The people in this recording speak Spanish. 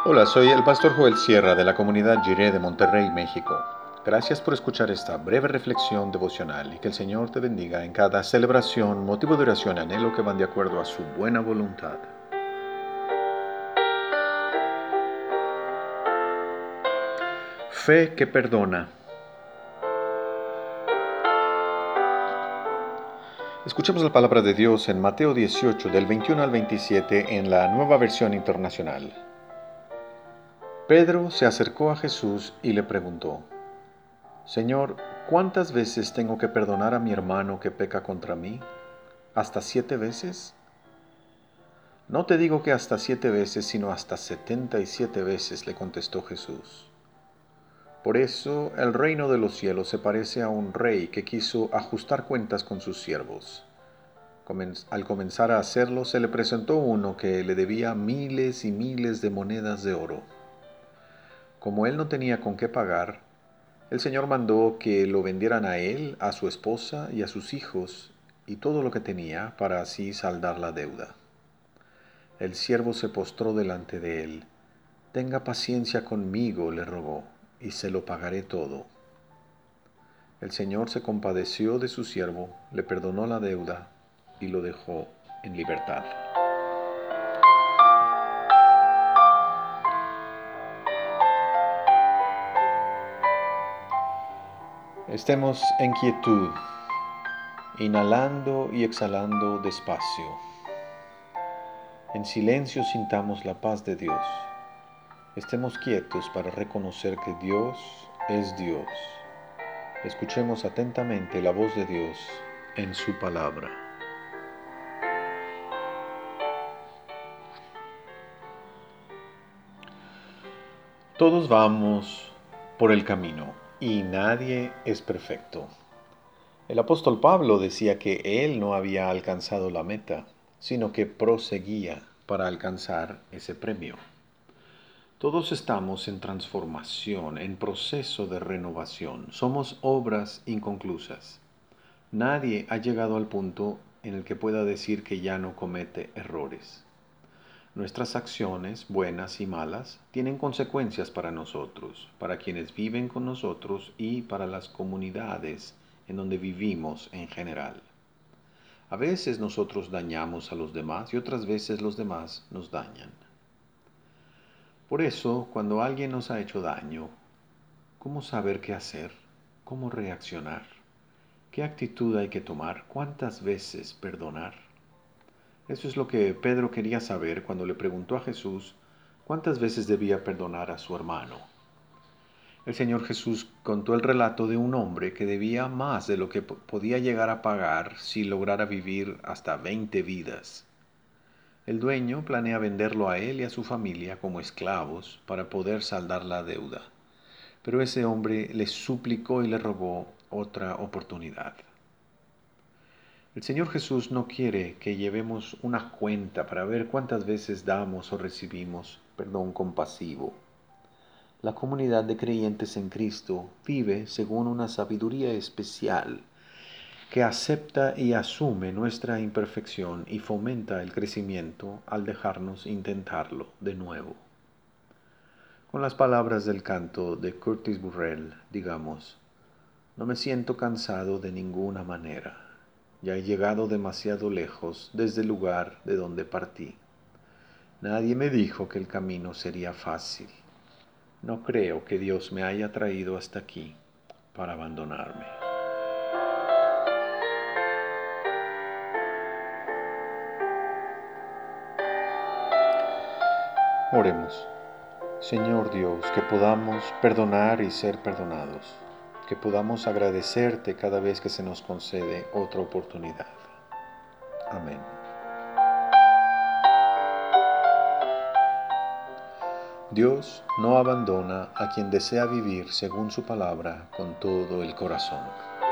Hola, soy el pastor Joel Sierra de la comunidad Jiré de Monterrey, México. Gracias por escuchar esta breve reflexión devocional y que el Señor te bendiga en cada celebración, motivo de oración y anhelo que van de acuerdo a su buena voluntad. Fe que perdona. Escuchemos la palabra de Dios en Mateo 18, del 21 al 27, en la Nueva Versión Internacional. Pedro se acercó a Jesús y le preguntó: Señor, ¿cuántas veces tengo que perdonar a mi hermano que peca contra mí? ¿Hasta 7 veces? No te digo que hasta 7 veces, sino hasta 77 veces, le contestó Jesús. Por eso el reino de los cielos se parece a un rey que quiso ajustar cuentas con sus siervos. Al comenzar a hacerlo, se le presentó uno que le debía miles y miles de monedas de oro. Como él no tenía con qué pagar, el Señor mandó que lo vendieran a él, a su esposa y a sus hijos, y todo lo que tenía, para así saldar la deuda. El siervo se postró delante de él. Tenga paciencia conmigo, le rogó, y se lo pagaré todo. El Señor se compadeció de su siervo, le perdonó la deuda y lo dejó en libertad. Estemos en quietud, inhalando y exhalando despacio. En silencio sintamos la paz de Dios. Estemos quietos para reconocer que Dios es Dios. Escuchemos atentamente la voz de Dios en su palabra. Todos vamos por el camino y nadie es perfecto. El apóstol Pablo decía que él no había alcanzado la meta, sino que proseguía para alcanzar ese premio. Todos estamos en transformación, en proceso de renovación. Somos obras inconclusas. Nadie ha llegado al punto en el que pueda decir que ya no comete errores. Nuestras acciones, buenas y malas, tienen consecuencias para nosotros, para quienes viven con nosotros y para las comunidades en donde vivimos en general. A veces nosotros dañamos a los demás y otras veces los demás nos dañan. Por eso, cuando alguien nos ha hecho daño, ¿cómo saber qué hacer? ¿Cómo reaccionar? ¿Qué actitud hay que tomar? ¿Cuántas veces perdonar? Eso es lo que Pedro quería saber cuando le preguntó a Jesús cuántas veces debía perdonar a su hermano. El Señor Jesús contó el relato de un hombre que debía más de lo que podía llegar a pagar si lograra vivir hasta 20 vidas. El dueño planea venderlo a él y a su familia como esclavos para poder saldar la deuda. Pero ese hombre le suplicó y le rogó otra oportunidad. El Señor Jesús no quiere que llevemos una cuenta para ver cuántas veces damos o recibimos perdón compasivo. La comunidad de creyentes en Cristo vive según una sabiduría especial que acepta y asume nuestra imperfección y fomenta el crecimiento al dejarnos intentarlo de nuevo. Con las palabras del canto de Curtis Burrell, digamos: no me siento cansado de ninguna manera. Ya he llegado demasiado lejos desde el lugar de donde partí. Nadie me dijo que el camino sería fácil. No creo que Dios me haya traído hasta aquí para abandonarme. Oremos. Señor Dios, que podamos perdonar y ser perdonados, que podamos agradecerte cada vez que se nos concede otra oportunidad. Amén. Dios no abandona a quien desea vivir según su palabra con todo el corazón.